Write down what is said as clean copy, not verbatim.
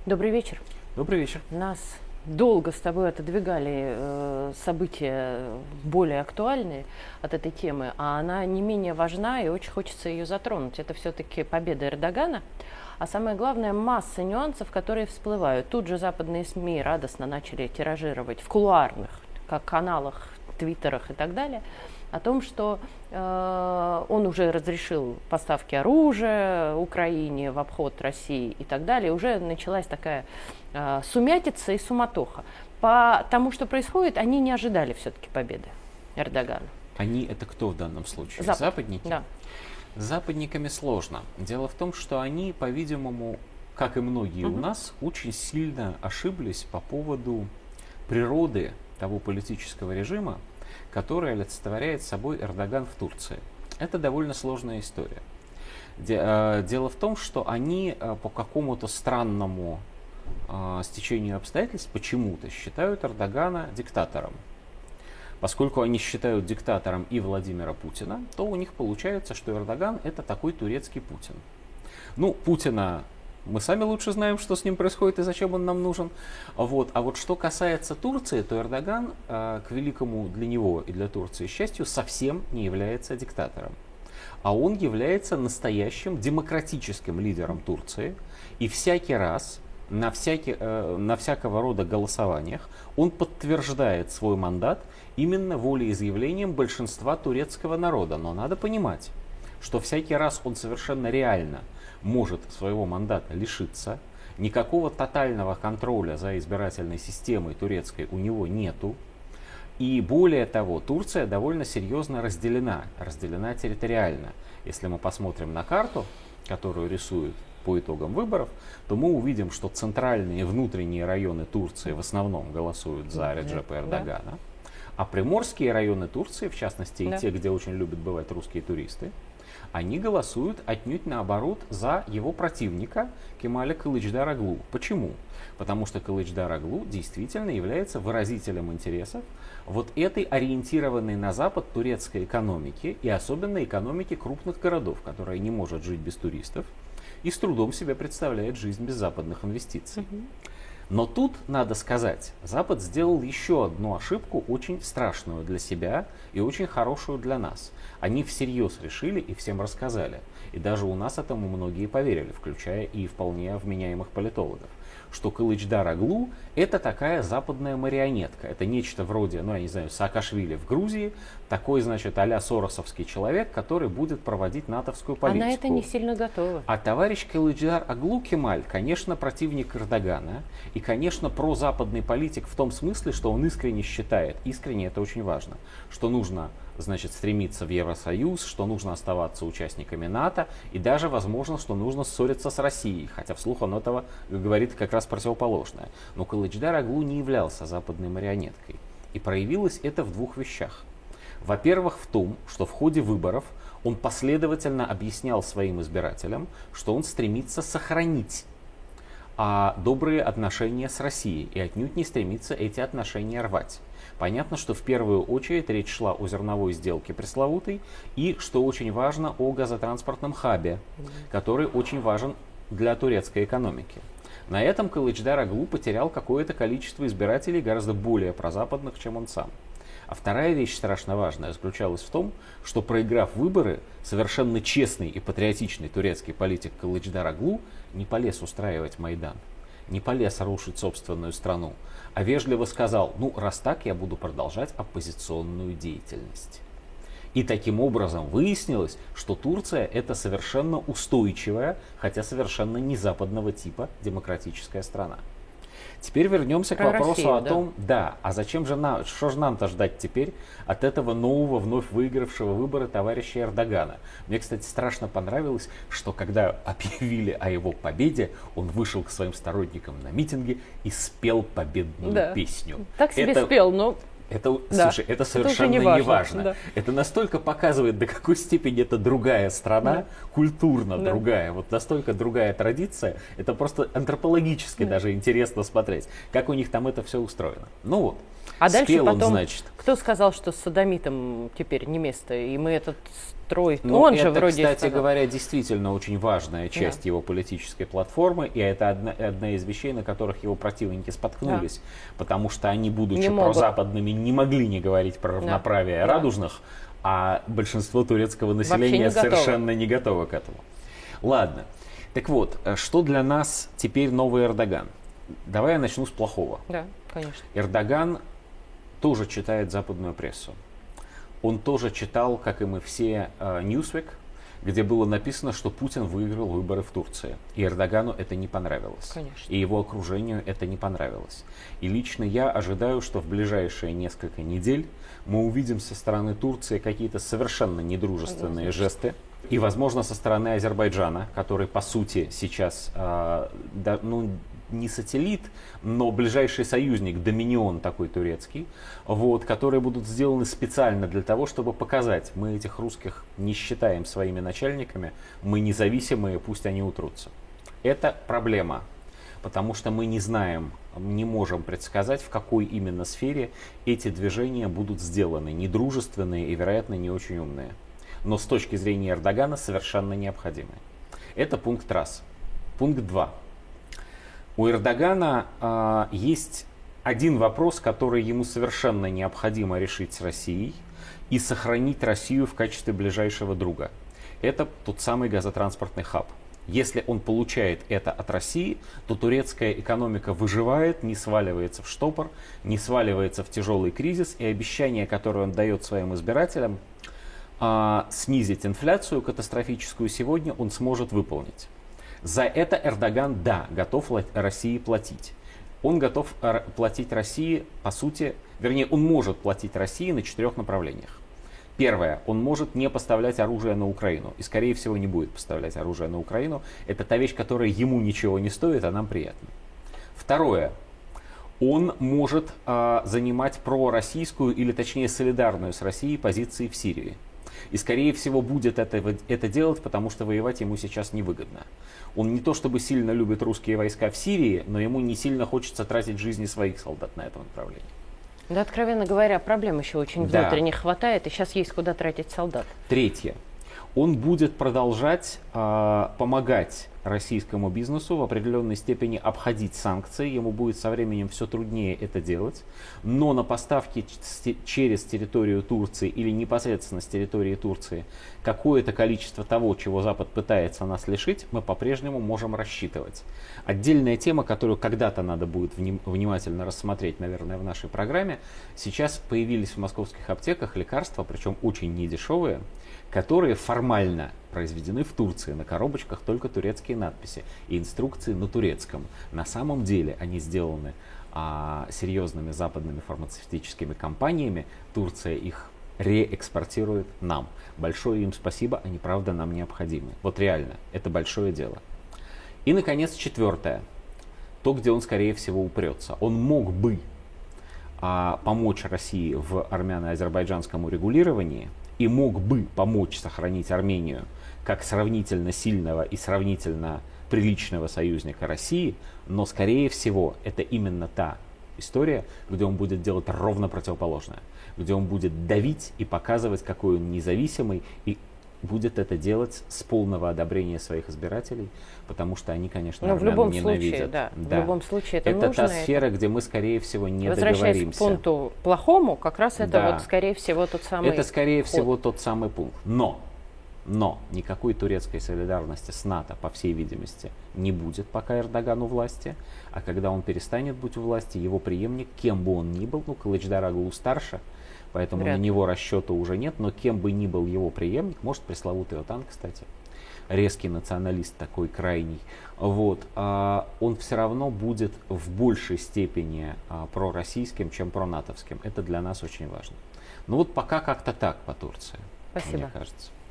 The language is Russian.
Добрый вечер. Добрый вечер. Нас долго с тобой отодвигали события более актуальные от этой темы, а она не менее важна и очень хочется ее затронуть. Это все-таки победа Эрдогана, а самое главное масса нюансов, которые всплывают. Тут же западные СМИ радостно начали тиражировать в кулуарных, как каналах, твиттерах и так далее, о том, что он уже разрешил поставки оружия Украине в обход России и так далее. Уже началась такая сумятица и суматоха. По тому, что происходит, они не ожидали все-таки победы Эрдогана. Они это кто в данном случае? Запад. Западники? Да. С западниками сложно. Дело в том, что они, по-видимому, как и многие у нас, очень сильно ошиблись по поводу природы того политического режима, который олицетворяет собой Эрдоган в Турции. Это довольно сложная история. Дело в том, что они по какому-то странному стечению обстоятельств почему-то считают Эрдогана диктатором. Поскольку они считают диктатором и Владимира Путина, то у них получается, что Эрдоган это такой турецкий Путин. Ну, Путина мы сами лучше знаем, что с ним происходит и зачем он нам нужен. А вот что касается Турции, то Эрдоган, к великому для него и для Турции счастью, совсем не является диктатором. А он является настоящим демократическим лидером Турции. И всякий раз на всякого рода голосованиях он подтверждает свой мандат именно волеизъявлением большинства турецкого народа. Но надо понимать, что всякий раз он совершенно реально может своего мандата лишиться. Никакого тотального контроля за избирательной системой турецкой у него нету. И более того, Турция довольно серьезно разделена территориально. Если мы посмотрим на карту, которую рисуют по итогам выборов, то мы увидим, что центральные и внутренние районы Турции в основном голосуют за Реджепа Эрдогана, а приморские районы Турции, в частности и те, где очень любят бывать русские туристы, они голосуют отнюдь наоборот за его противника Кемаля Кылычдароглу. Почему? Потому что Кылычдароглу действительно является выразителем интересов вот этой ориентированной на Запад турецкой экономики и особенно экономики крупных городов, которая не может жить без туристов и с трудом себе представляет жизнь без западных инвестиций. Но тут, надо сказать, Запад сделал еще одну ошибку, очень страшную для себя и очень хорошую для нас. Они всерьез решили и всем рассказали. И даже у нас этому многие поверили, включая и вполне вменяемых политологов, что Кылычдароглу это такая западная марионетка. Это нечто вроде, я не знаю, Саакашвили в Грузии, такой, значит, а-ля соросовский человек, который будет проводить натовскую политику. Она это не сильно готова. А товарищ Кылычдароглу Кемаль, конечно, противник Эрдогана и, конечно, прозападный политик в том смысле, что он искренне считает, искренне это очень важно, что нужно, значит, стремиться в Евросоюз, что нужно оставаться участниками НАТО и даже, возможно, что нужно ссориться с Россией, хотя вслух он этого говорит как раз противоположное. Но Кылычдароглу не являлся западной марионеткой. И проявилось это в двух вещах. Во-первых, в том, что в ходе выборов он последовательно объяснял своим избирателям, что он стремится сохранить добрые отношения с Россией и отнюдь не стремится эти отношения рвать. Понятно, что в первую очередь речь шла о зерновой сделке пресловутой и, что очень важно, о газотранспортном хабе, который очень важен для турецкой экономики. На этом Кылычдароглу потерял какое-то количество избирателей гораздо более прозападных, чем он сам. А вторая вещь страшно важная заключалась в том, что проиграв выборы, совершенно честный и патриотичный турецкий политик Кылычдароглу не полез устраивать Майдан, не полез рушить собственную страну, а вежливо сказал: раз так, я буду продолжать оппозиционную деятельность. И таким образом выяснилось, что Турция это совершенно устойчивая, хотя совершенно не западного типа демократическая страна. Теперь вернемся к вопросу Россию, о том, а зачем же что же нам-то ждать теперь от этого нового, вновь выигравшего выборы товарища Эрдогана. Мне, кстати, страшно понравилось, что когда объявили о его победе, он вышел к своим сторонникам на митинге и спел победную песню. Так себе спел, но... Слушай, это совершенно не важно. Да. Это настолько показывает, до какой степени это другая страна, культурно другая, вот настолько другая традиция. Это просто антропологически даже интересно смотреть, как у них там это все устроено. Ну вот. А дальше Спел он, потом, значит. кто сказал, что с содомитом теперь не место, и мы этот строй... Ну, он это, же вроде кстати сказал. говоря, действительно очень важная часть его политической платформы, и это одна из вещей, на которых его противники споткнулись, потому что они, будучи прозападными, не могли не говорить про равноправие радужных, а большинство турецкого населения совершенно не готово к этому. Ладно. Так вот, что для нас теперь новый Эрдоган? Давай я начну с плохого. Да, конечно. Эрдоган тоже читает западную прессу. Он тоже читал, как и мы все, Newsweek, где было написано, что Путин выиграл выборы в Турции. И Эрдогану это не понравилось. Конечно. И его окружению это не понравилось. И лично я ожидаю, что в ближайшие несколько недель мы увидим со стороны Турции какие-то совершенно недружественные жесты. И, возможно, со стороны Азербайджана, который, по сути, сейчас, не сателлит, но ближайший союзник, доминион такой турецкий, которые будут сделаны специально для того, чтобы показать, мы этих русских не считаем своими начальниками, мы независимые, пусть они утрутся. Это проблема, потому что мы не знаем, не можем предсказать, в какой именно сфере эти движения будут сделаны, недружественные и, вероятно, не очень умные. Но с точки зрения Эрдогана совершенно необходимы. Это пункт раз. Пункт 2. У Эрдогана есть один вопрос, который ему совершенно необходимо решить с Россией и сохранить Россию в качестве ближайшего друга. Это тот самый газотранспортный хаб. Если он получает это от России, то турецкая экономика выживает, не сваливается в штопор, не сваливается в тяжелый кризис, и обещание, которое он дает своим избирателям, снизить инфляцию катастрофическую сегодня, он сможет выполнить. За это Эрдоган, да, готов России платить. Он готов платить России, по сути, вернее, он может платить России на 4 направлениях. Первое, он может не поставлять оружие на Украину. И, скорее всего, не будет поставлять оружие на Украину. Это та вещь, которая ему ничего не стоит, а нам приятно. Второе, он может занимать пророссийскую, или точнее солидарную с Россией позиции в Сирии. И, скорее всего, будет это делать, потому что воевать ему сейчас невыгодно. Он не то чтобы сильно любит русские войска в Сирии, но ему не сильно хочется тратить жизни своих солдат на этом направлении. Да, откровенно говоря, проблем еще очень внутренних хватает, и сейчас есть куда тратить солдат. Третье. Он будет продолжать помогать российскому бизнесу в определенной степени обходить санкции. Ему будет со временем все труднее это делать. Но на поставки через территорию Турции или непосредственно с территории Турции какое-то количество того, чего Запад пытается нас лишить, мы по-прежнему можем рассчитывать. Отдельная тема, которую когда-то надо будет внимательно рассмотреть, наверное, в нашей программе. Сейчас появились в московских аптеках лекарства, причем очень недешевые, которые формально произведены в Турции. На коробочках только турецкие надписи и инструкции на турецком. На самом деле они сделаны серьезными западными фармацевтическими компаниями. Турция их реэкспортирует нам. Большое им спасибо, они правда нам необходимы. Вот реально, это большое дело. И, наконец, четвертое. То, где он, скорее всего, упрется. Он мог бы помочь России в армяно-азербайджанском урегулировании, и мог бы помочь сохранить Армению как сравнительно сильного и сравнительно приличного союзника России, но, скорее всего, это именно та история, где он будет делать ровно противоположное, где он будет давить и показывать, какой он независимый, и будет это делать с полного одобрения своих избирателей, потому что они, конечно, армян ненавидят. В любом случае это нужно. Это та сфера, где мы, скорее всего, не договоримся. Возвращаясь к пункту плохому, как раз это скорее всего, тот самый Это, скорее всего, тот самый пункт. Но никакой турецкой солидарности с НАТО, по всей видимости, не будет, пока Эрдоган у власти. А когда он перестанет быть у власти, его преемник, кем бы он ни был, Кылычдароглу старше, поэтому на него расчета уже нет, но кем бы ни был его преемник, может пресловутый Отан, кстати, резкий националист такой крайний, он все равно будет в большей степени пророссийским, чем пронатовским. Это для нас очень важно. Ну вот пока как-то так по Турции, Спасибо. мне кажется.